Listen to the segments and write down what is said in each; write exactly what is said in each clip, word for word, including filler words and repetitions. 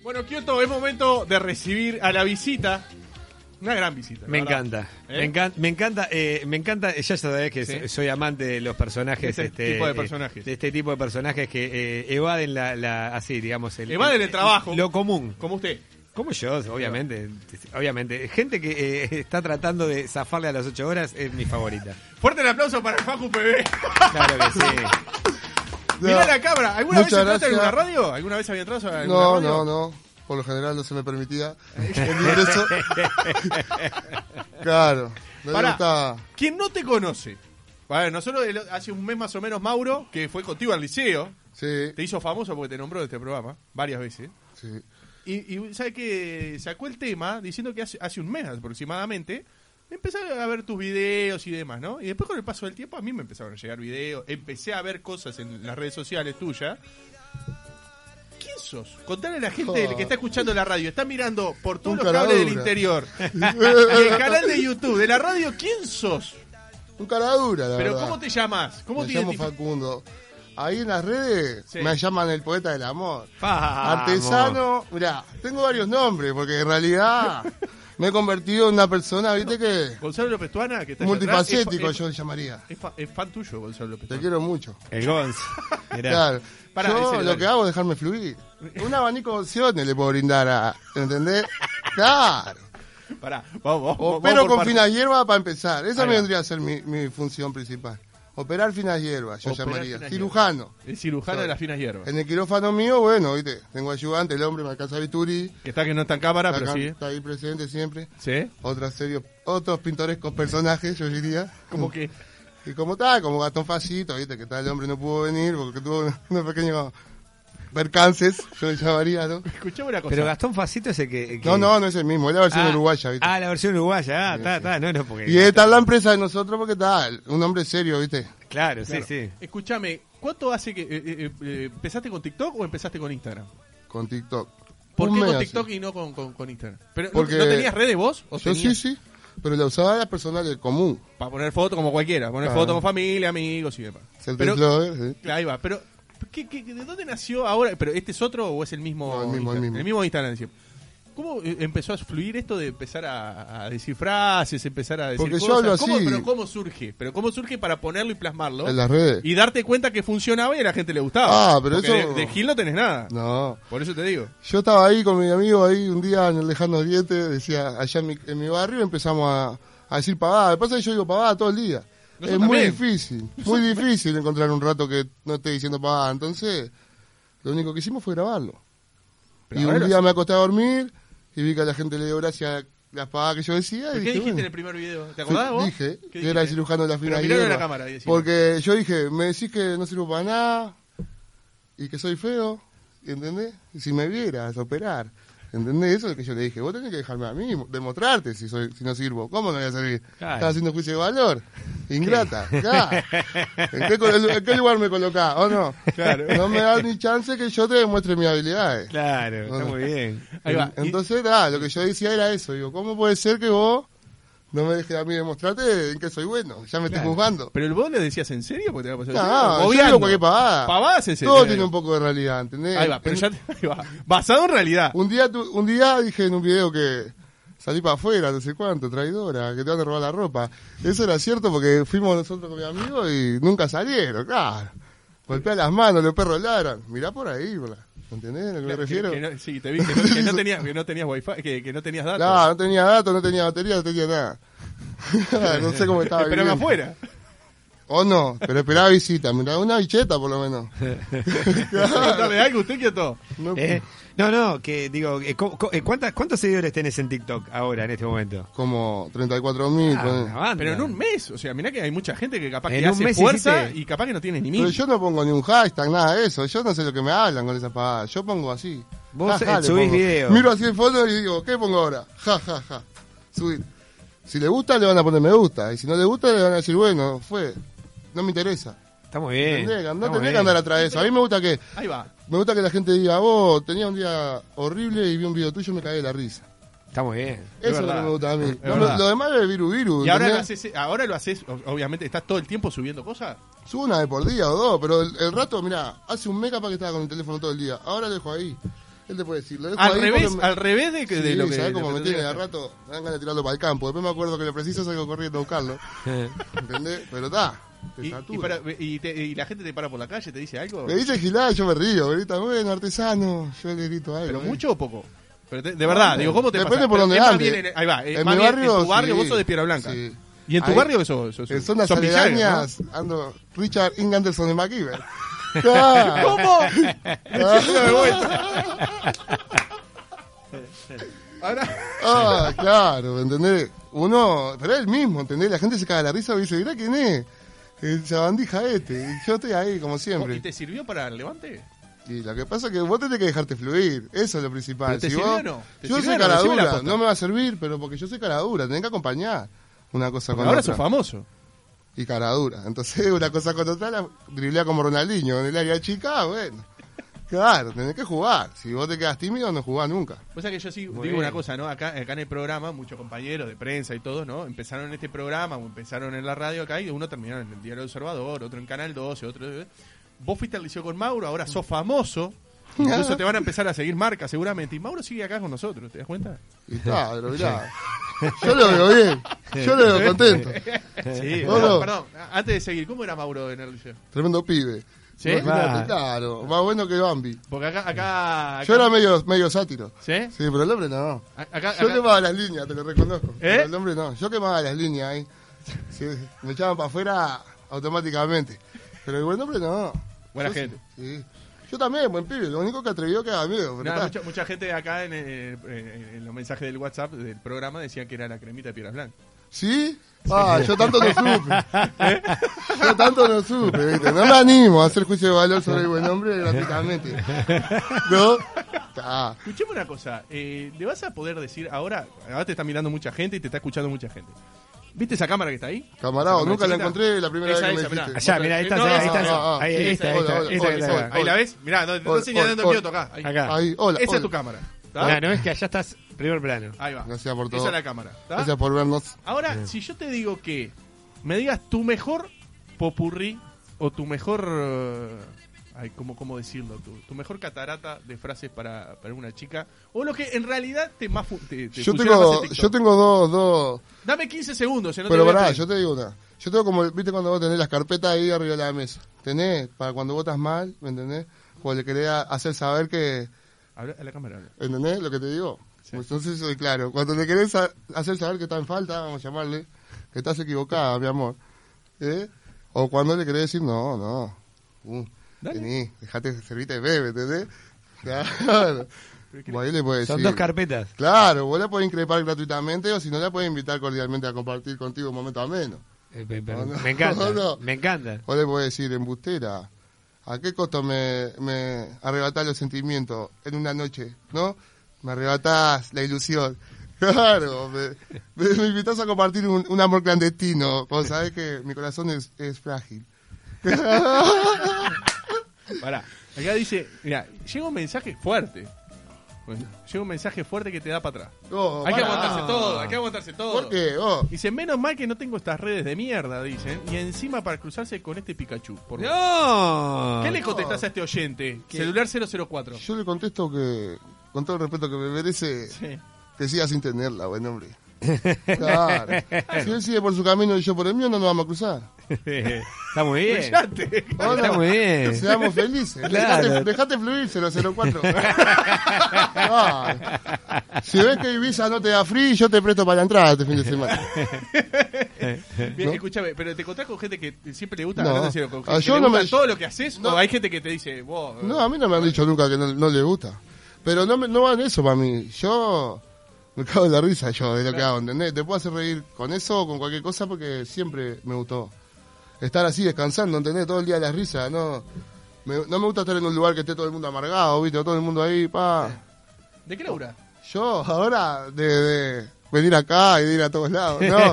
Bueno, Kioto, es momento de recibir a la visita. Una gran visita. Me encanta, ¿Eh? me encanta, me encanta, eh, me encanta, ya sabés que ¿Sí? soy amante de los personajes, de este, este tipo de personajes, eh, de este tipo de personajes que eh, evaden la, la, así, digamos, el, evaden el, el trabajo, lo común, como usted, como yo, obviamente, obviamente, gente que eh, está tratando de zafarle a las ocho horas es mi favorita. Fuerte el aplauso para el Facu P B. Claro que sí. Mirá la cámara. ¿Alguna Muchas vez entraste en gracias. una radio? ¿Alguna vez había entrado en No, una radio? no, no. Por lo general no se me permitía el ingreso. Claro. No Pará, me gustaba. ¿Quién no te conoce? Bueno, nosotros el- hace un mes más o menos, Mauro, que fue contigo al liceo, Sí, te hizo famoso porque te nombró de este programa varias veces. sí. Y, y ¿sabes qué? Sacó el tema diciendo que hace, hace un mes aproximadamente empecé a ver tus videos y demás, ¿no? Y después con el paso del tiempo a mí me empezaron a llegar videos, empecé a ver cosas en las redes sociales tuyas. ¿Quién sos? Contale a la gente Oh. que está escuchando la radio, está mirando por todos Un los cables del caradura. interior y el canal de YouTube de la radio, ¿quién sos? Un cara dura, la Pero verdad. ¿cómo te llamas? ¿Cómo Me te llamo identificas? Facundo. Ahí en las redes Sí. me llaman el poeta del amor. Vamos. Artesano, mirá, tengo varios nombres, porque en realidad me he convertido en una persona, viste que... Gonzalo López Tuana, que está allá multifacético, atrás, es, yo le llamaría. es, fa- es fan tuyo, Gonzalo López Te Tuana. quiero mucho. El Gonz. Mirá. Claro. Pará, Yo ese, lo dale. que hago es dejarme fluir. Un abanico de opciones le puedo brindar a... ¿Entendés? Claro. Pará, vamos, vamos, vamos Opero por con partes. finas hierbas para empezar. Esa Ahí me va. vendría a ser mi, mi función principal. Operar finas hierbas, yo Operar llamaría. finas Cirujano. El cirujano Soy. de las finas hierbas. En el quirófano mío, bueno, viste, tengo ayudante, el hombre me alcanza bisturí. Que está que no está en cámara, Está, pero acá- sí. está ahí presente siempre. ¿Sí? Otros serios, otros pintorescos personajes, yo diría. Como que... Y como tal, como Gastón Facito, viste, que tal el hombre no pudo venir porque tuvo unos pequeños percances, yo le llamaría, ¿no? Escuchame una cosa. Pero Gastón Facito es el que, que- No, no, no es el mismo, es la versión Ah, uruguaya, viste. Ah, la versión uruguaya, ah, Sí, está, sí. está, no, no, porque... Y está la empresa de nosotros porque tal, un hombre serio, viste, Claro, Claro. sí, sí. Escuchame, ¿cuánto hace que... eh, eh, eh, ¿empezaste con TikTok o empezaste con Instagram? con TikTok. ¿Por Un qué mes con hace. TikTok y no con, con, con Instagram? ¿Pero no- Porque- ¿no, tenías redes vos? ¿O Yo sí, tenías- sí, pero la usaba la personal del común. Para poner fotos como cualquiera, poner Claro. fotos con familia, amigos y demás. Selfie Pero, Flogger, sí. ahí va, pero ¿qué, qué, ¿de dónde nació ahora? ¿Pero este es otro o es el mismo? No, el mismo, el Instagram? mismo. Instagram, decía. ¿Cómo eh, empezó a fluir esto de empezar a, a decir frases, empezar a decir Porque yo cosas? hablo ¿Cómo- así. pero ¿cómo surge? ¿Pero cómo surge para ponerlo y plasmarlo? En las redes. Y darte cuenta que funcionaba y a la gente le gustaba. Ah, pero Porque eso- de, de Gil no tenés nada. No. Por eso te digo. Yo estaba ahí con mi amigo ahí un día en el lejano oriente, decía, allá en mi, en mi barrio empezamos a, a decir pavada. Lo que pasa es que yo digo pavada todo el día. Nosotros es muy también. difícil, muy difícil encontrar un rato que no esté diciendo pavada. Entonces, lo único que hicimos fue grabarlo. Pero y ahora un lo día haces. me acosté a dormir y vi que a la gente le dio gracia las pavadas que yo decía. ¿Pero Y qué dije, dijiste bueno, en el primer video? ¿Te acordás fui- vos? Dije ¿Qué que era el dijiste? cirujano de la Pero fina miralo en la hierba. cámara y decilo. Porque yo dije, me decís que no sirvo para nada y que soy feo, ¿entendés? Y si me vieras operar, ¿entendés? Eso es lo que yo le dije. Vos tenés que dejarme a mí, demostrarte si soy si no sirvo. ¿Cómo no voy a servir? Claro. Estás haciendo juicio de valor. Ingrata. Claro. ¿En, qué, col- ¿En qué lugar me colocás? ¿O no? Claro. No me das ni chance que yo te demuestre mis habilidades. Claro, está Bueno. muy bien. Ahí va. Y- Entonces, nada, lo que yo decía era eso. Digo, ¿cómo puede ser que vos no me dejes a mí demostrarte en que soy bueno? Ya me Claro. estoy juzgando. ¿Pero vos le decías en serio? Porque te va a pasar en serio. No, yo Bobeando. digo cualquier pavada. Pavadas en serio. Todo tiene un poco de realidad, ¿entendés? Ahí va, pero En- ya te- ahí va. Basado en realidad. un día tu- un día dije en un video que salí para afuera, no sé cuánto, traidora, que te van a robar la ropa. Eso era cierto porque fuimos nosotros con mi amigo y nunca salieron, claro. Golpea las manos, los perros ladran. Mirá por ahí, bla. ¿Entendés a lo que me Que- refiero? que no- sí, te vi que no, que no tenías, que no tenías wifi, que, que no tenías datos. No, no tenía datos, no tenía batería, no tenía nada. No sé cómo estaba Esperame viviendo. afuera. O no, pero esperaba visita, mirá, una bicheta por lo menos. Dale algo, usted quieto. No, Eh, no, no, que digo, eh, co- co- eh, ¿cuántas, ¿cuántos seguidores tenés en TikTok ahora, en este momento? Como treinta y cuatro mil. Ah, una banda. Pero en un mes, o sea, mirá que hay mucha gente que capaz En que un hace mes fuerza hiciste- y capaz que no tiene ni Pero mil. yo no pongo ni un hashtag, nada de eso. Yo no sé lo que me hablan con esas pavadas. Yo pongo así. Vos, Ja, eh, ja, le subís pongo. video. Miro así el fondo y digo, ¿qué pongo ahora? Ja, ja, ja. Subir. Si le gusta, le van a poner me gusta. Y si no le gusta, le van a decir, bueno, fue. No me interesa. Está muy bien. ¿Entendés? No está tenés muy que bien. andar atrás de eso. A mí me gusta que Ahí va. me gusta que la gente diga, vos tenía un día horrible y vi un video tuyo y me cagué de la risa. Está muy bien. Eso es lo verdad. que me gusta a mí. Es No, lo, verdad. lo demás es viru viru. Y ahora lo, ¿entendés? haces, ahora lo haces, o- obviamente, estás todo el tiempo subiendo cosas. Subo una vez por día o dos, pero el, el rato, mirá, hace un mes capaz que estaba con el teléfono todo el día. Ahora lo dejo ahí. Él te puede decir, lo dejo Al ahí revés, porque me- al revés de, que- de Sí, lo que... ¿sabés de cómo lo me que tiene? tendría Al que hacer. rato me dan ganas de tirarlo para el campo. Después me acuerdo que lo preciso, salgo corriendo a buscarlo. ¿Entendés? Pero está, te Y, y, satura. para- y te- y la gente te para por la calle, te dice algo. Me dice Gilá, yo me río. Grita, bueno, artesano. Yo le grito algo. ¿Pero ¿eh? mucho o poco? Pero te- de verdad, No, digo, ¿cómo te depende pasa? por Pero dónde es más ande. bien en- ahí va, eh, En más mi bien barrio, en tu barrio sí. vos sos de Piedra Blanca. Sí. ¿Y en tu Ahí, barrio sos? sos, En sos- zonas son Villagra, ¿no? aledañas ando Richard Inganderson de MacGyver. Claro. ¿Cómo? de vuelta. Ahora... Ah, claro, ¿me entendés? Uno, pero es el mismo, ¿entendés? La gente se caga de la risa y dice, mirá quién es. El sabandija este. Y yo estoy ahí, como ¿Y siempre. te sirvió para el levante? Y lo que pasa es que vos tenés que dejarte fluir. Eso es lo principal. ¿Pero te Si sirvió vos- o no? ¿Te Yo sirvió soy o no? cara Decime la dura. posta. No me va a servir, pero porque yo soy cara dura. Tenés que acompañar una cosa Porque con ahora otra. sos famoso. Y cara dura. Entonces, una cosa con otra la driblea como Ronaldinho en el área chica, bueno. Claro, tenés que jugar. Si vos te quedas tímido, no jugás nunca. O sea que yo sí Muy digo bien. una cosa, ¿no? Acá, acá en el programa, muchos compañeros de prensa y todos, ¿no? Empezaron en este programa o empezaron en la radio acá y uno terminó en el Diario Observador, otro en Canal doce, otro... Vos fuiste al liceo con Mauro, ahora sos famoso. Incluso te van a empezar a seguir marcas seguramente. Y Mauro sigue acá con nosotros, ¿te das cuenta? Y está, pero mirá. Yo lo veo bien. Yo lo veo contento. Sí, ¿O perdón, no? perdón. Antes de seguir, ¿cómo era Mauro en el liceo? Tremendo pibe. ¿Sí? Imagínate, Va. claro. Más bueno que Bambi. Porque acá... acá, acá Yo era medio, medio sátiro. ¿Sí? Sí, pero el hombre no. A- Acá, Yo acá- quemaba las líneas, te lo reconozco. ¿Eh? Pero el hombre no. Yo quemaba las líneas ahí. Sí, me echaban para afuera automáticamente. Pero el buen hombre no. Buena Yo sí, gente. Sí. Yo también, buen pibe. Lo único que atrevió que haga miedo. Pero Nada, está. mucha, mucha gente acá en, eh, en- en los mensajes del WhatsApp del programa decía que era la cremita de Piedras Blancas. ¿Sí? Ah, yo tanto no supe. Yo tanto no supe, ¿viste? No me animo a hacer juicio de valor sobre el buen hombre gratuitamente. ¿No? Ah, Escucheme una cosa, eh, ¿le vas a poder decir ahora? Ahora te está mirando mucha gente y te está escuchando mucha gente. ¿Viste esa cámara que está ahí? camarada, ¿Esa cámara nunca la chiquita? encontré la primera Esa, vez que esa, me mirá. dijiste. Allá, mira, ahí está, No, ahí no, está. no, no, Ahí, sí, ahí está, ahí hola, está, hola, ahí está, ahí hola, está. hola. Ahí la ves, mirá, no, te estoy Hola, señalando hola, el minuto acá. Ahí. Acá. Ahí, hola, Esa hola. es tu cámara. ¿tá? Mirá, no es que allá estás primer plano. Ahí va. Gracias por todo. Esa es la cámara. ¿tá? Gracias por vernos. Ahora, si yo te digo que me digas tu mejor popurrí o tu mejor... eh, ay, ¿cómo, cómo decirlo? Tu, tu mejor catarata de frases para, para una chica. O lo que en realidad te, más fu- te, te Yo funciona más en tengo, TikTok. yo tengo dos, dos. Dame quince segundos. si no Pero te voy a pará, pedir. yo te digo una. Yo tengo como, viste cuando vos tenés las carpetas ahí arriba de la mesa. Tenés, para cuando votas mal, ¿me entendés? O le querés a- hacer saber que, Habla a la cámara. habla. ¿entendés lo que te digo? Sí. Pues entonces soy claro. Cuando le querés a- hacer saber que está en falta, vamos a llamarle, que estás equivocada, mi amor. ¿Eh? O cuando le querés decir, no, no. Uh, Dale. vení, dejate servirte de bebé, ¿entendés? Claro. Pero ¿qué Vos ahí le podés Son decir. dos carpetas. Claro, vos la podés increpar gratuitamente o si no la podés invitar cordialmente a compartir contigo un momento ameno. Eh, pe- pe- No, no, me encanta, no. me encanta. Vos le podés decir, embustera, ¿a qué costo me, me arrebatás los sentimientos en una noche? ¿No? Me arrebatás la ilusión. Claro, me, me, me invitás a compartir un, un amor clandestino, cuando sabés que mi corazón es, es frágil. Pará. Acá dice, mira, llega un mensaje fuerte. Bueno, llega un mensaje fuerte que te da para atrás. No, hay que pará. aguantarse todo, hay que aguantarse todo. ¿Por qué? Oh. Dice, menos mal que no tengo estas redes de mierda, dicen. Y encima para cruzarse con este Pikachu. Por favor. ¡No! ¿Qué le contestás a este oyente? ¿Qué? Celular cero cero cuatro. Yo le contesto que, con todo el respeto que me merece, Sí. que siga sin tenerla, buen hombre. Claro. Si él sigue por su camino y yo por el mío, no nos vamos a cruzar. Está muy bien. Brillante. ¿O Está no? muy bien. Seamos felices. Claro. Dejate, dejate fluir, cero cero cuatro. Claro. Si ves que Ibiza no te da free, yo te presto para la entrada este fin de semana. Bien, ¿No? escúchame, pero te encontrás con gente que siempre le gusta, No. no, en serio, con gente Ah, que yo le no gusta me- todo lo que haces, No. o hay gente que te dice, vos... No, a mí no me han dicho nunca que no, no le gusta. Pero no, me, no va en eso para mí. Yo me cago en la risa yo de lo que hago, ¿entendés? Te puedo hacer reír con eso o con cualquier cosa porque siempre me gustó estar así descansando, ¿entendés? Todo el día de las risas, ¿no? Me- no me gusta estar en un lugar que esté todo el mundo amargado, ¿viste? Todo el mundo ahí, pa. ¿De qué labura? Yo ahora de, de venir acá y de ir a todos lados, ¿no?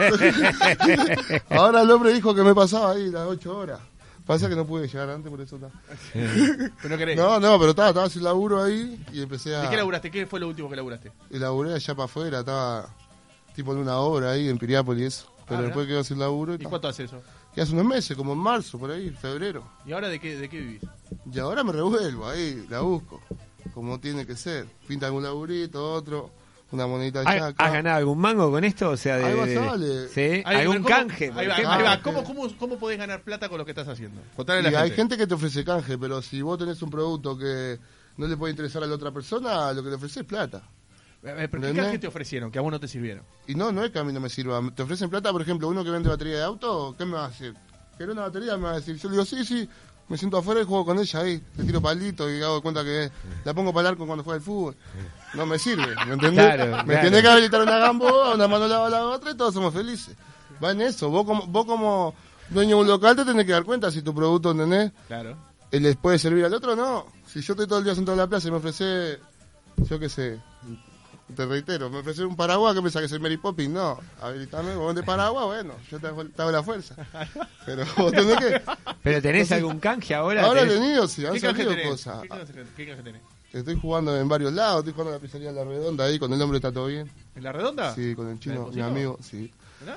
Ahora el hombre dijo que me pasaba ahí las ocho horas. Pasa que no pude llegar antes, por eso está. Pero no querés. No, no, pero estaba, estaba sin laburo ahí y empecé a... ¿De qué laburaste? ¿Qué fue lo último que laburaste? Y laburé allá para afuera, estaba tipo en una obra ahí en Piriápolis y eso. Pero Ah, después mirá. quedó sin laburo y, ¿Y ta. cuánto hace eso? Y hace unos meses, como en marzo, por ahí, febrero. ¿Y ahora de qué, de qué vivís? Y ahora me revuelvo ahí, la busco. como tiene que ser. Pinta algún laburito, otro, una monedita de ¿Has, chaca. has ganado algún mango con esto? O sea, de, Algo de- sale. ¿sí? Ahí, ¿Algún ¿cómo- canje? por Ahí va, ejemplo? ahí va. Ah, ¿Cómo, sí. cómo, ¿Cómo podés ganar plata con lo que estás haciendo? Contale a Y la hay gente. gente que te ofrece canje, pero si vos tenés un producto que no le puede interesar a la otra persona, lo que le ofreces es plata. Eh, ¿Pero qué ¿Entendés? canje te ofrecieron que a vos no te sirvieron? Y no, no es que a mí no me sirva. Te ofrecen plata, por ejemplo, uno que vende batería de auto, ¿qué me va a decir? ¿Querés una batería? Me va a decir. Yo le digo, sí, sí, me siento afuera y juego con ella ahí. Le tiro palito y hago de cuenta que la pongo para el arco cuando juega el fútbol. No me sirve, ¿me entendés? Claro, me claro. tenés que habilitar una gamboa, una mano lava la otra y todos somos felices. Va en eso. Vos como, vos como dueño de un local te tenés que dar cuenta si tu producto, ¿entendés? Claro. ¿Eh, ¿Les puede servir al otro? No. Si yo estoy todo el día sentado en la plaza y me ofrece, yo qué sé, te reitero, me ofrece un paraguas, ¿qué pensás que soy Mary Poppins? No, habilitame, vos vendés paraguas, bueno, yo te hago, te hago la fuerza. Pero vos tenés que... ¿Pero tenés algún canje ahora? Ahora he ¿Tenés- tenido, sí, han ¿Qué canje salido tenés? cosas. ¿Qué canje, qué canje tenés? Estoy jugando en varios lados, estoy jugando en la pizzería La Redonda ahí, con el hombre está todo bien. ¿En la redonda? Sí, con el ¿La chino, de mi Pocito? amigo, sí. ¿Verdad?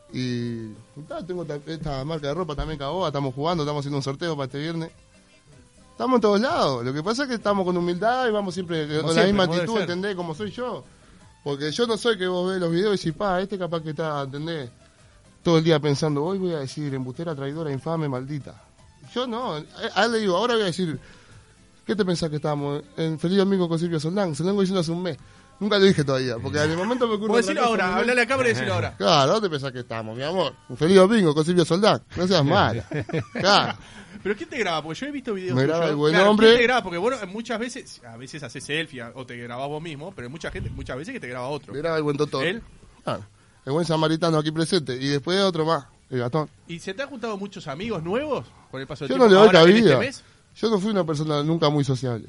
Y ta, tengo ta- esta marca de ropa también, Caboa, estamos jugando, estamos haciendo un sorteo para este viernes. Estamos en todos lados, lo que pasa es que estamos con humildad y vamos siempre con la siempre, misma como debe actitud, ser. ¿entendés? Como soy yo. Porque yo no soy que vos ves los videos y decís, pa, este capaz que está, ¿entendés? Todo el día pensando, hoy voy a decir embustera, traidora, infame, maldita. Yo no, a él le digo, ahora voy a decir, ¿qué te pensás que estamos? En Feliz Domingo con Silvio Soldán, se lo vengo diciendo hace un mes. Nunca lo dije todavía, porque en el momento me ocurre Puedo otra decirlo cosa, ahora, ¿entendés? hablale a cámara y decirlo ahora. Claro, ¿dónde pensás que estamos, mi amor? Un feliz domingo con Silvio Soldán. No seas mala. Claro. ¿Pero quién te graba? Porque yo he visto videos Me tuyos. graba el buen Claro, hombre. ¿quién te graba? Porque bueno, muchas veces, a veces haces selfie o te grabás vos mismo, pero hay mucha gente, muchas veces que te graba otro. Le graba el buen Totón. ¿Él? Claro. El buen samaritano aquí presente. Y después otro más, el Gastón. ¿Y se te han juntado muchos amigos nuevos con el paso del Yo no tiempo? le doy Ahora, en cabida. este mes? Yo no fui una persona nunca muy sociable.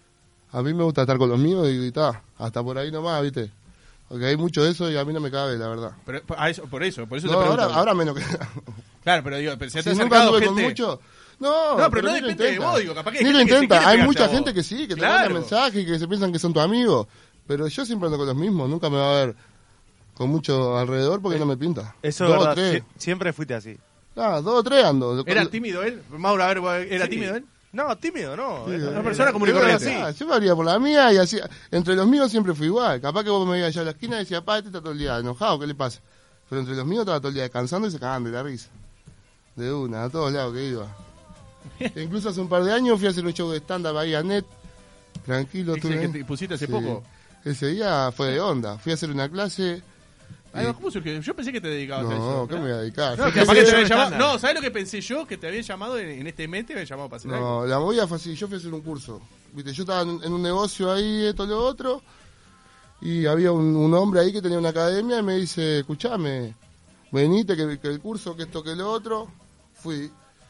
A mí me gusta estar con los míos y está. Hasta por ahí nomás, ¿viste? Porque hay mucho de eso y a mí no me cabe, la verdad. Pero, a eso, por eso, por eso No, te pregunto. ahora, ahora menos que... Claro, pero digo, pero se te Si ha nunca acercado estuve gente... con mucho... No, No, pero no ni lo depende de intenta. vos, digo, capaz que hay Ni lo gente que se intenta. quiere Hay pegarte mucha a vos. gente que sí, que te Claro. manda mensajes y que se piensan que son tus amigos. Pero yo siempre ando con los mismos. Nunca me va a ver con mucho alrededor porque no me pinta. Eso Dos es o verdad. tres. Sie- siempre fuiste así. Ah, dos o tres ando. ¿Era tímido él? Mauro, a ver, ¿era Sí. tímido él? No, tímido, no. Sí, Era- Una eh, persona común y yo era corriente. así, Yo me haría por la mía y así. Entre los míos siempre fui igual. Capaz que vos me veías allá a la esquina y decías, pa, este está todo el día enojado, ¿qué le pasa? Pero entre los míos estaba todo el día descansando y se cagaban de la risa. De una, a todos lados que iba. E incluso hace un par de años fui a hacer un show de stand-up ahí a Net. Tranquilo, Ese estuve. que te pusiste hace Sí. poco. Ese día fue de onda. Fui a hacer una clase. Ay, ¿cómo surgió? Yo pensé que te dedicabas a eso. No, ¿qué me voy a dedicar? No, Fue que que capaz que se- te habían show llamado. estándar. No, ¿sabes lo que pensé yo? Que te habían llamado en, en este mes, te habían llamado para hacer algo. No, la movida fue así. Yo fui a hacer un curso. Viste, yo estaba en, en un negocio ahí, esto, lo otro. Y había un, un hombre ahí que tenía una academia y me dice, escuchame, venite, que, que el curso, que esto, que lo otro. Fui.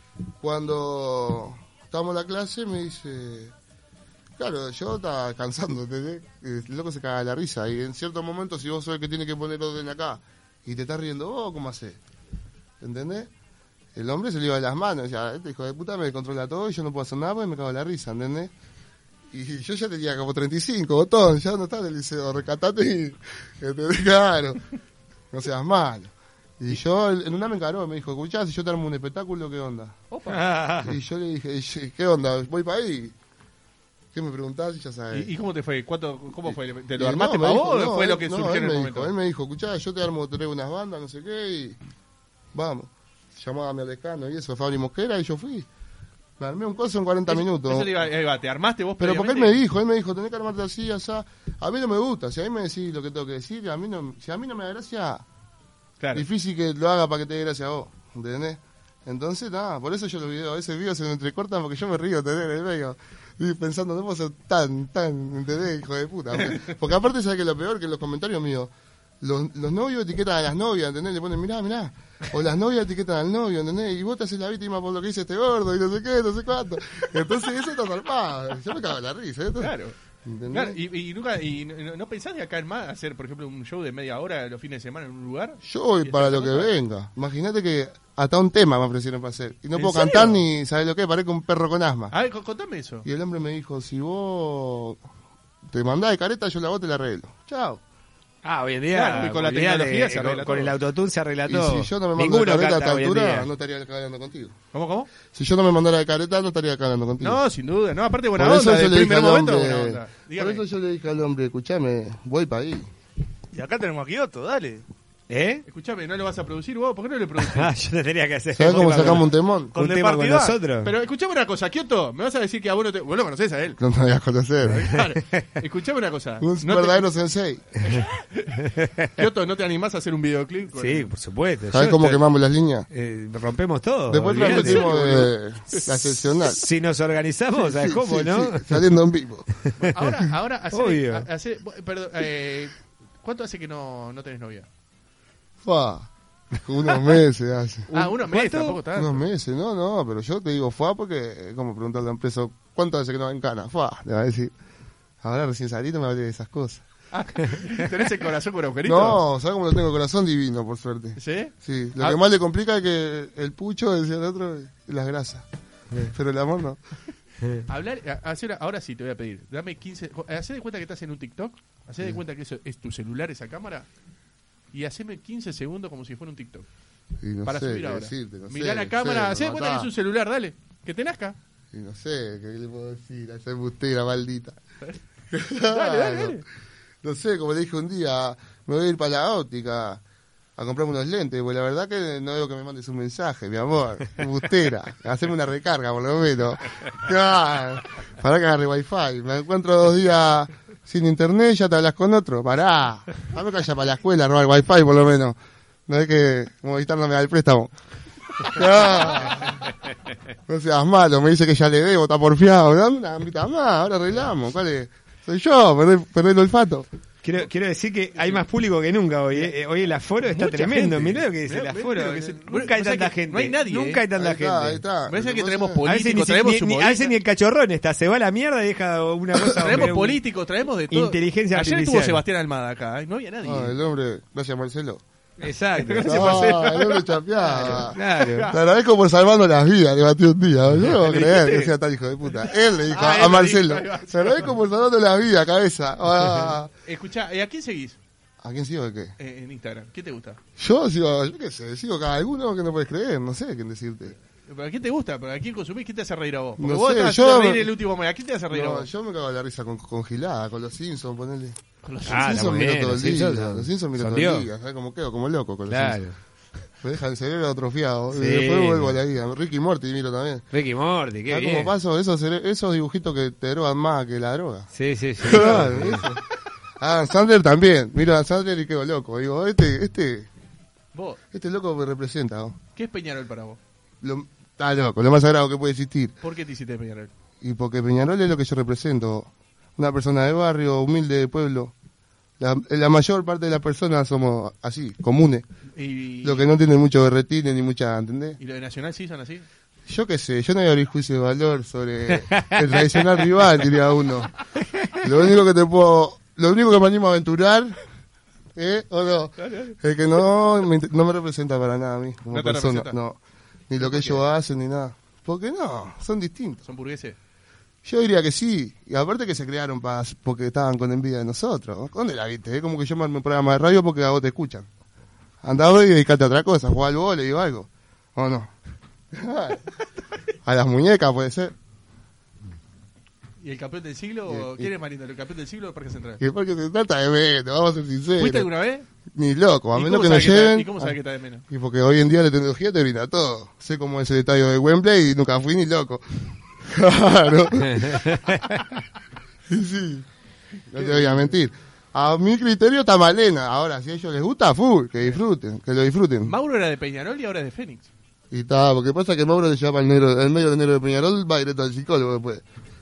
Cuando estábamos en la clase me dice, claro, yo estaba descansando, ¿entendés? El loco se caga de la risa. Y en ciertos momentos, si vos sos el que tiene que poner orden acá y te estás riendo vos, ¿cómo hacés? ¿Entendés? El hombre se le iba de las manos, ya, este hijo de puta me controla todo y yo no puedo hacer nada porque me cago en la risa, ¿entendés? Y yo ya tenía como treinta y cinco, botón, ya no estaba en el liceo, recatate y, ¿entendés? Claro, no seas malo. Y yo, en una me encaró, me dijo, escuchá, si yo te armo un espectáculo, ¿qué onda? Opa. Y yo le dije, ¿qué onda? ¿Voy para ahí? ¿Qué me preguntás? Y ya sabes. ¿Y, y cómo te fue? ¿Cuánto, ¿Cómo fue? ¿Te Y lo no, armaste me para dijo, vos o no, fue él- lo que no, surgió él en el me momento? Dijo, él me dijo, escuchá, yo te armo, traigo unas bandas, no sé qué, y vamos. Llamaba a mi decano y eso, Fabri Mosquera, y yo fui. Me armé un coso en cuarenta minutos. Eso le iba, ahí va, ¿te armaste vos Pero porque él previamente? me dijo, él me dijo, tenés que armarte así, así. A mí no me gusta, si a mí me decís lo que tengo que decir, a mí no, si a mí no me da gracia, Claro. difícil que lo haga para que te dé gracia a vos, ¿entendés? Entonces, nada, por eso yo los videos, a veces videos se me entrecortan porque yo me río, ¿entendés? En el medio, y pensando, no puedo ser tan, tan, ¿entendés? Hijo de puta. Porque, porque aparte, ¿sabes que lo peor? Que en los comentarios míos, los, los novios etiquetan a las novias, ¿entendés? Le ponen, mirá, mirá. O las novias etiquetan al novio, ¿entendés? Y vos te haces la víctima por lo que dice este gordo y no sé qué, no sé cuánto. Entonces, eso está zarpado. Yo me cago en la risa, ¿eh? Claro. ¿Entendés? Claro, y, y nunca y no, ¿no pensás de acá en más hacer, por ejemplo, un show de media hora los fines de semana en un lugar? Yo voy ¿Y para esa lo que cosa? venga. Imagínate que hasta un tema me ofrecieron para hacer. Y no ¿En puedo serio? cantar ni, ¿sabes lo que? Parezco un perro con asma. A ver, co- contame eso. Y el hombre me dijo, si vos te mandás de careta, yo la voz te la arreglo. Chao. Ah, hoy en día. Claro, y con la olvidate, tecnología se con- arregla con todo. el autotune se arregla Y todo. si yo no me mando de Ninguno careta a canta esta hoy en altura, día. no estaría acá hablando contigo. ¿Cómo, cómo? Si yo no me mandara de careta, no estaría acá hablando contigo. No, sin duda. No, aparte buena Por eso onda. yo Del le dije primer al momento, hombre, buena onda. por Dígame. eso yo le dije al hombre, escuchame, voy para ahí. Y acá tenemos a Kioto, dale. ¿Eh? Escuchame, ¿no lo vas a producir vos? ¿Por qué no le producís? Ah, yo te tenía que hacer. ¿Sabes cómo un tema sacamos un temón? Con un de tema con partida. nosotros. Pero escuchame una cosa, Kioto, me vas a decir que a vos no te... Vos lo conocés a él. No me voy a conocer. Claro. Escuchame una cosa. Un No verdadero sensei. te... Kioto, ¿no te animás a hacer un videoclip? con- Sí, por supuesto. ¿Sabes Yo cómo estoy- quemamos las líneas? eh, rompemos todo. Después olvidate. transmitimos de la excepcional. Si nos organizamos, ¿sabes Sí, cómo, sí, no? sí, saliendo en vivo. Ahora, ahora, hacer, Obvio. a- hacer- perdón, eh, ¿cuánto hace que no, no tenés novia? Fua. Unos meses hace. Ah, unos meses, ¿cuánto? tampoco tanto. Unos meses, no, no, pero yo te digo fue porque es como preguntarle a un preso, ¿cuánto hace que no va en cana? Fua, le va a decir, ahora recién salí, no me hablé de esas cosas. Ah, ¿tenés el corazón con agujeritos? No, ¿sabes cómo lo tengo? Corazón divino, por suerte. ¿Sí? Sí, lo Ah. que más le complica es que el pucho, decía el otro, y las grasas. Pero el amor no. Hablar, a- hacer, ahora sí te voy a pedir, dame quince, hacé de cuenta que estás en un TikTok, hacé de cuenta que eso es tu celular, esa cámara, y haceme quince segundos como si fuera un TikTok. Y no para sé subir qué ahora. decirte, no Mirá sé, la no cámara, sé, hacé de me cuenta que es matás. un celular, dale, que te nazca. Y no sé, ¿qué le puedo decir a esa embustera maldita? Dale, dale, dale. No sé, como le dije un día, me voy a ir para la óptica a comprarme unos lentes, porque la verdad que no veo que me mandes un mensaje, mi amor. Embustera, haceme una recarga por lo menos. Ah, para que agarre wifi. Me encuentro dos días sin internet, ya te hablas con otro. Pará, dame que vaya para la escuela a robar wifi por lo menos. No es que Movistar no me da el préstamo. Ah, no seas malo, me dice que ya le debo, está porfiado. Dame una mitad más, ahora arreglamos. ¿Cuál es? Soy yo, perdí, perdí el olfato. Quiero, quiero decir que hay más público que nunca hoy. ¿eh? Hoy el aforo está Mucha tremendo. gente. Mirá lo que dice Mirá, el mirá aforo. lo que se- Nunca Bueno, hay o sea tanta que gente. no hay nadie, Nunca ¿eh? hay tanta Ahí está, ahí gente. está. Parece que Lo traemos pasa es- A veces, ni, políticos, si- traemos ni- ni- a humoristas, veces ni el cachorrón está. Se va a la mierda y deja una cosa. traemos un- políticos, traemos de todo. Inteligencia Ayer artificial. estuvo Sebastián Almada acá, ¿eh? No había nadie. Ah, el hombre, gracias Marcelo. Exacto. Ah, el hombre chapeaba. Claro. Te agradezco por salvarnos las vidas, le batí un día. Yo no puedo creer que sea tan hijo de puta. Él le dijo Ah, a- él a le Marcelo. dijo, ahí va. Te agradezco por salvarnos las vidas, cabeza. Ah. Escuchá, ¿eh, ¿a quién seguís ¿A quién sigo de qué? eh, en Instagram? ¿Qué te gusta? Yo sigo, yo qué sé, sigo cada alguno que no puedes creer, no sé quién decirte. ¿Pero ¿A quién te gusta? ¿Pero ¿A quién consumís? ¿Quién te hace reír a vos? Porque No vos sé, te yo- haces reír el último mes. ¿A quién te hace reír a No, vos? yo me cago en la risa con, con Gilada, con los Simpsons, ponele. Con los- Ah, está Simpsons muy miro bien, todo los el día. Simpsons son- Los Simpsons miro son todo el Dios. día, ¿sabes cómo quedo? Como loco con los Claro. Simpsons. Me deja el cerebro atrofiado. Sí. Y después vuelvo a la vida. Ricky Morty miro también. Ricky Morty, qué ¿Sabes bien. cómo paso? Esos, cere- esos dibujitos que te drogan más que la droga. Sí, sí, sí. Claro, eso. Ah, Sandler también. Miro a Sandler y quedo loco. Digo, este, este, Vos, este loco me representa. ¿no? ¿qué es Peñarol para vos? Lo, está loco, lo más sagrado que puede existir. ¿Por qué te hiciste Peñarol? Y porque Peñarol es lo que yo represento. Una persona de barrio, humilde de pueblo. La, la mayor parte de las personas somos así, comunes. Y, Lo que no tienen mucho berretines ni mucha, ¿entendés? ¿Y lo de Nacional sí son así? Yo qué sé, yo no voy a abrir juicio de valor sobre el tradicional rival, diría uno. Lo único que te puedo, lo único que me animo a aventurar, ¿eh? ¿O no? Es que no me, int- no me representa para nada a mí, como ¿No te persona. representa? No, ni lo que ellos hacen, ni nada. ¿Por qué no? Son distintos. ¿Son burgueses? Yo diría que sí, y aparte que se crearon pa, porque estaban con envidia de nosotros. ¿Dónde la viste? Es como que yo me armé un programa de radio porque a vos te escuchan. Andá hoy y dedicate a otra cosa, jugar al vole y algo. ¿O no? A las muñecas puede ser. ¿Y el campeón del siglo? Y- y- ¿Quién es más lindo, el campeón del siglo o el Parque Central? Que porque se trata de menos, vamos a ser sinceros. ¿Fuiste alguna vez? Ni loco, a ¿Y menos cómo que nos sabes está- lleven. ¿Y cómo sabes que está de menos? Y porque hoy en día la tecnología te brinda todo. Sé cómo es el estadio de Wembley y nunca fui ni loco. Claro. Y sí, no te voy a mentir. A mi criterio está Malena. Ahora, si a ellos les gusta, full, que disfruten, que lo disfruten. Mauro era de Peñarol y ahora es de Fénix. Y está, porque pasa que Mauro le llama el negro, el medio de negro de Peñarol, va directo al psicólogo después.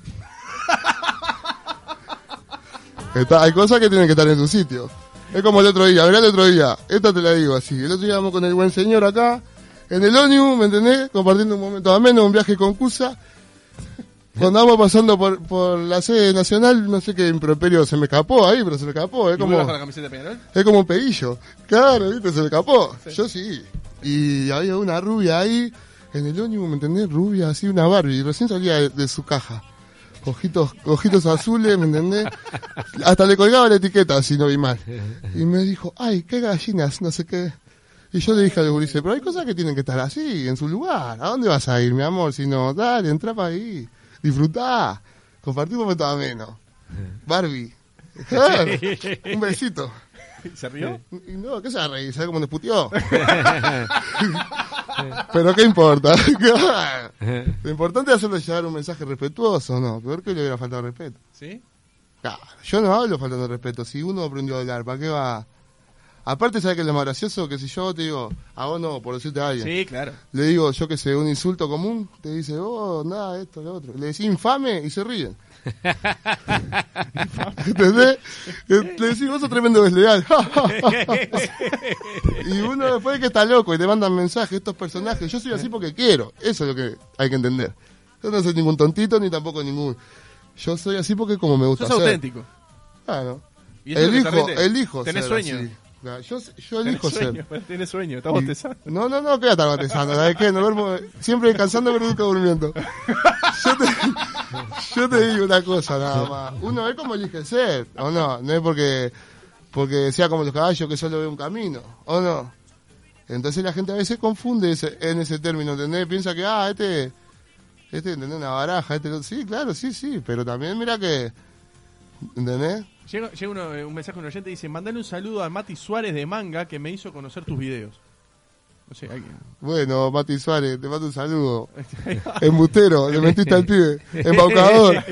Está, hay cosas que tienen que estar en su sitio. Es como el otro día, verá el otro día, esta te la digo así, el otro día vamos con el buen señor acá, en el ómnibus, ¿me entendés? Compartiendo un momento ameno, un viaje con Cusa. Cuando vamos pasando por, por la sede nacional, no sé qué improperio se me escapó ahí, pero se me escapó, es ¿Y vos como, bajo la camiseta de Peñarol? es como un pedillo. Claro, viste, se me escapó. Yo sí. Y había una rubia ahí, en el ómnibus, ¿me entendés? Rubia, así, una Barbie, y recién salía de, de su caja. ojitos, ojitos azules, ¿me entendés? Hasta le colgaba la etiqueta, si no vi mal. Y me dijo, ay, qué gallinas, no sé qué. Y yo le dije al gurice, pero hay cosas que tienen que estar así, en su lugar. ¿A dónde vas a ir, mi amor? Si no, dale, entra para ahí. Disfrutá. Compartí un momento ameno. Barbie. Claro, un besito. ¿Se rió? Y no, ¿qué se va a reír? ¿Sabes cómo nos puteó? Pero ¿qué importa? Lo importante es hacerle llegar un mensaje respetuoso, ¿no? Peor que le hubiera faltado respeto. ¿Sí? Claro, yo no hablo faltando respeto. Si uno aprendió a hablar, ¿para qué va? Aparte, ¿sabes qué es lo más gracioso? Que si yo te digo, a vos no, por decirte a alguien. Sí, claro. Le digo, yo que sé, un insulto común, te dice, oh, nada, esto, lo otro. Le decís infame y se ríen. ¿Entendés? Le decís, vos sos tremendo desleal. Y uno después que está loco y te mandan mensajes, estos personajes, yo soy así porque quiero. Eso es lo que hay que entender. Yo no soy ningún tontito ni tampoco ningún... Yo soy así porque como me gusta Sos ser. auténtico. Claro. ¿Y eso es lo que Elijo, te rinde? elijo ¿Tenés ser sueño? así. Claro, Yo, yo Tenés elijo sueño, ser. tenés sueño, estás Y- bostezando. No, no, no, queda estar botezando, ¿sabes qué? No duermo, siempre descansando pero nunca durmiendo. Yo te, yo te digo una cosa nada más. Uno es como elige ser, ¿o no? No es porque, porque sea como los caballos que solo ve un camino, ¿o no? Entonces la gente a veces confunde ese, en ese término, ¿entendés? Piensa que, ah, este, este, ¿entendés? Una baraja, este, no- sí, claro, sí, sí, pero también mira que, ¿entendés? Llega, llega uno, un mensaje de un oyente y dice, mandale un saludo a Mati Suárez de Manga que me hizo conocer tus videos. No sé, alguien... Bueno, Mati Suárez, te mando un saludo. Embustero, le mentiste al pibe. Embaucador.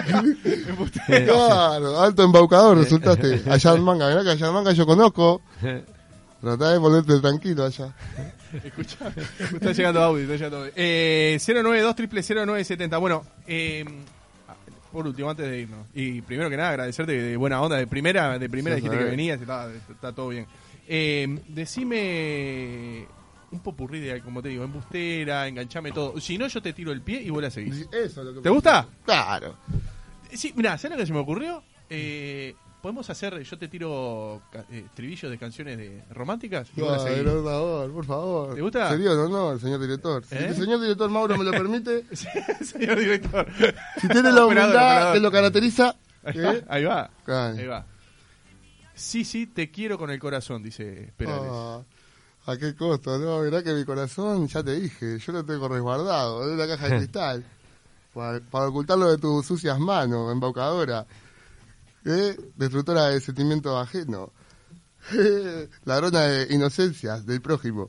Claro, alto embaucador resultaste. Allá en Manga, mirá que allá en Manga yo conozco. Tratá de ponerte tranquilo allá. Escucha, está llegando audio, está llegando audio. Eh, cero nueve dos cero cero nueve siete cero. Bueno, eh, por último, antes de irnos, y primero que nada agradecerte de buena onda, de primera, de primera Sí, dijiste sí. que venías, está, está todo bien. Eh, decime un popurrí de, como te digo, embustera, enganchame todo. Si no, yo te tiro el pie y vos la seguís. Eso es lo que ¿Te gusta? Claro. Sí, mirá, ¿sabes lo que se me ocurrió? Eh, podemos hacer, yo te tiro ca- eh, estribillos de canciones de románticas y vos la Ay, seguís. por favor, por favor. ¿Te gusta? Sería un honor, señor director. Si ¿Eh? el señor director Mauro me lo permite, Señor director. si tiene la Operador, humildad operador. que lo caracteriza, Ahí va, ¿eh? ahí va. Claro. Ahí va. Sí, sí, te quiero con el corazón, dice Perales. Ah, ¿a qué costo? No, mirá que mi corazón, ya te dije, yo lo tengo resguardado en una caja de cristal. para, para ocultarlo de tus sucias manos, embaucadora. ¿Eh? Destructora de sentimientos ajenos. Ladrona de inocencias del prójimo.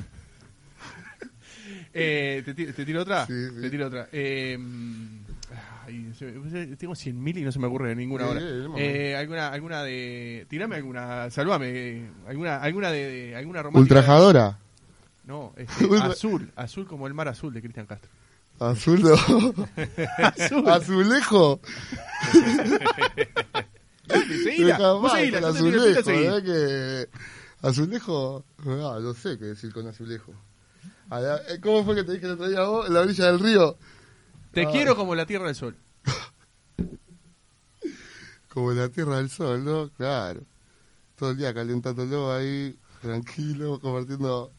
Eh, ¿te, ti- te tiro otra? Sí, sí. Te tiro otra. Eh, ay, se- tengo cien mil y no se me ocurre ninguna Sí, ahora. sí, sí, Eh, alguna, alguna de... Tirame alguna, salvame. eh, alguna, alguna de, de- alguna romántica. Ultrajadora. No, este, Ultra- azul. Azul como el mar azul de Cristian Castro. Azul no. Azul. Azulejo. Dale, seguila. Deja Vos más seguila, con yo te tiro el pie y la azulejo, seguís. ¿verdad que azulejo? Ah, no sé qué decir con azulejo. A la- eh, ¿Cómo fue que te dije el otro día vos? En la orilla del río. Te Ah. quiero como la tierra del sol. Como en la Tierra del Sol, ¿no? Claro. Todo el día calentándolo ahí, tranquilo, compartiendo...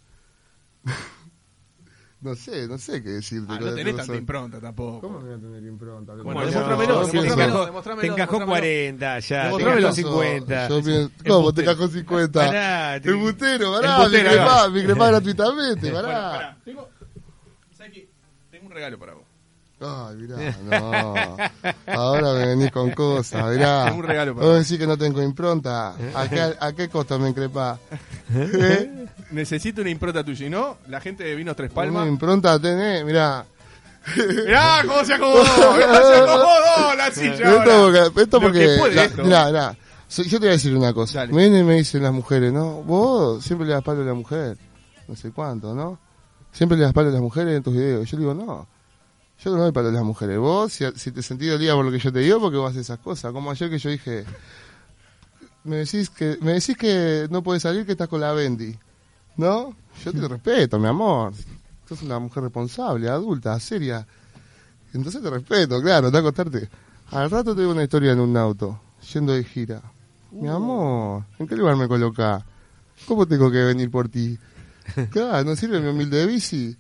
no sé, no sé qué decirte. Ah, con no la tenés Tierra del tanta Sol. impronta tampoco. ¿Cómo me voy a tener impronta? Bueno, Bueno, demostrámelo, yo demostrámelo, pienso- demostrámelo, Te encajó demostrámelo. cuarenta ya, te Demostrámelo. encajó cincuenta. Yo pienso- ¿Cómo te Embustero. cajó cincuenta? Pará, te- Embustero, pará, Embustero, me ahí va. crepá, me crepá gratuitamente, Bueno, pará. pará. Tengo, ¿sabes qué? Tengo un regalo para vos. Ay, mirá, no. Ahora me venís con cosas, mirá. Tengo un regalo para Vos decís que no tengo impronta. ¿A qué, a qué costo me increpá? ¿Eh? Necesito una impronta tuya. Y no, la gente de Vinos Tres Una Palmas. impronta tenés, mirá. Mirá cómo se acomodó. Mirá, se acomodó la silla. Esto ahora. porque, esto Lo porque que puede la- esto. mirá, mirá. So- yo te voy a decir una cosa. Dale. Me vienen y me dicen las mujeres, ¿no? Vos siempre le das palo a la mujer. No sé cuánto, ¿no? Siempre le das palo a las mujeres en tus videos. Yo digo, no. Yo no doy palo a las mujeres. Vos, si, si te sentís dolida por lo que yo te digo, porque vos haces esas cosas. Como ayer que yo dije, me decís que me decís que no puedes salir, que estás con la Bendy. ¿No? Yo te respeto, mi amor. Sos una mujer responsable, adulta, seria. Entonces te respeto, claro, te va a acostarte. Al rato te digo una historia en un auto, yendo de gira. Mi amor, ¿en qué lugar me colocás? ¿Cómo tengo que venir por ti? Claro, no sirve mi humilde bici.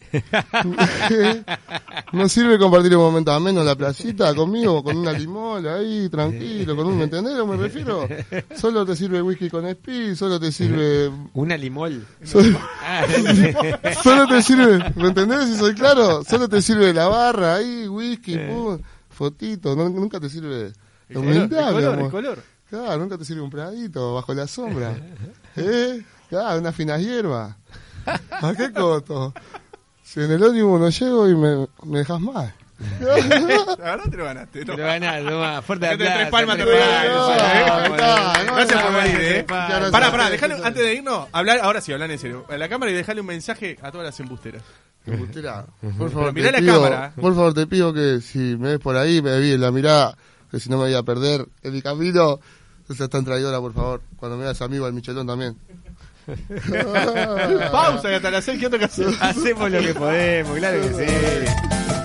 No sirve compartir un momento ameno en la playita conmigo, con una limola ahí, tranquilo, con un, ¿me entendés? ¿Me refiero? Solo te sirve whisky con speed, solo te sirve... Una limol. Solo, Ah, solo te sirve, ¿me entendés? Si soy claro, solo te sirve la barra ahí, whisky, pum, fotito, no, nunca te sirve El la color, el humildad, mi color, amor. el color. Claro, nunca te sirve un pradito bajo la sombra. ¿Eh? Claro, una fina hierba. ¿A qué coto? Si en el ómnibus no llego y me, me dejas mal. La verdad te lo ganaste. Te lo ganás, toma. Fuerte Te- te- aplauso. tres palmas, tres tres palmas, palmas. tres No, palmas. no, Gracias por no, venir, no, eh. no, no, Pará, no, pará, no, dejale, no, antes de irnos, hablar, ahora sí, hablar en serio. A la cámara y dejarle un mensaje a todas las embusteras. Embustera, por favor, Pero mirá te la pido, cámara. por favor, te pido que si me ves por ahí, me vi en la mirada, que si no me voy a perder en mi camino. No seas tan traidora, por favor. Cuando me veas amigo al Michelón también. Pausa y hasta las seis, ¿qué otro que hacer? Hacemos lo que podemos, claro que sí.